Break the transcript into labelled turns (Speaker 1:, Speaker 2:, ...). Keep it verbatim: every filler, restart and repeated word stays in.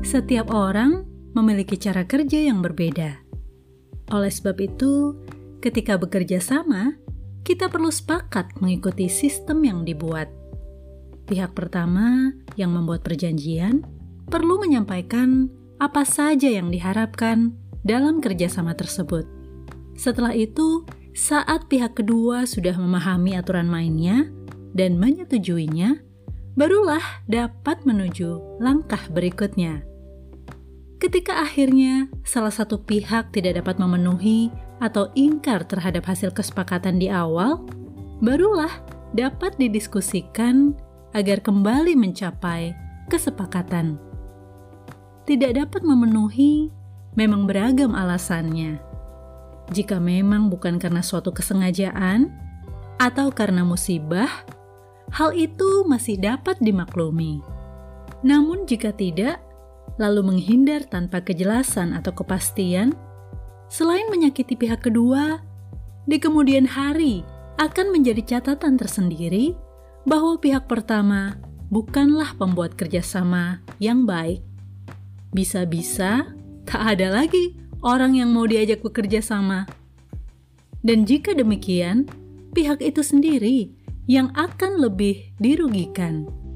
Speaker 1: Setiap orang memiliki cara kerja yang berbeda. Oleh sebab itu, ketika bekerja sama, kita perlu sepakat mengikuti sistem yang dibuat. Pihak pertama yang membuat perjanjian perlu menyampaikan apa saja yang diharapkan dalam kerjasama tersebut. Setelah itu, saat pihak kedua sudah memahami aturan mainnya dan menyetujuinya, barulah dapat menuju langkah berikutnya. Ketika akhirnya salah satu pihak tidak dapat memenuhi atau ingkar terhadap hasil kesepakatan di awal, barulah dapat didiskusikan agar kembali mencapai kesepakatan. Tidak dapat memenuhi memang beragam alasannya. Jika memang bukan karena suatu kesengajaan atau karena musibah, hal itu masih dapat dimaklumi. Namun jika tidak, lalu menghindar tanpa kejelasan atau kepastian, selain menyakiti pihak kedua, di kemudian hari akan menjadi catatan tersendiri bahwa pihak pertama bukanlah pembuat kerjasama yang baik. Bisa-bisa tak ada lagi orang yang mau diajak bekerja sama. Dan jika demikian, pihak itu sendiri yang akan lebih dirugikan.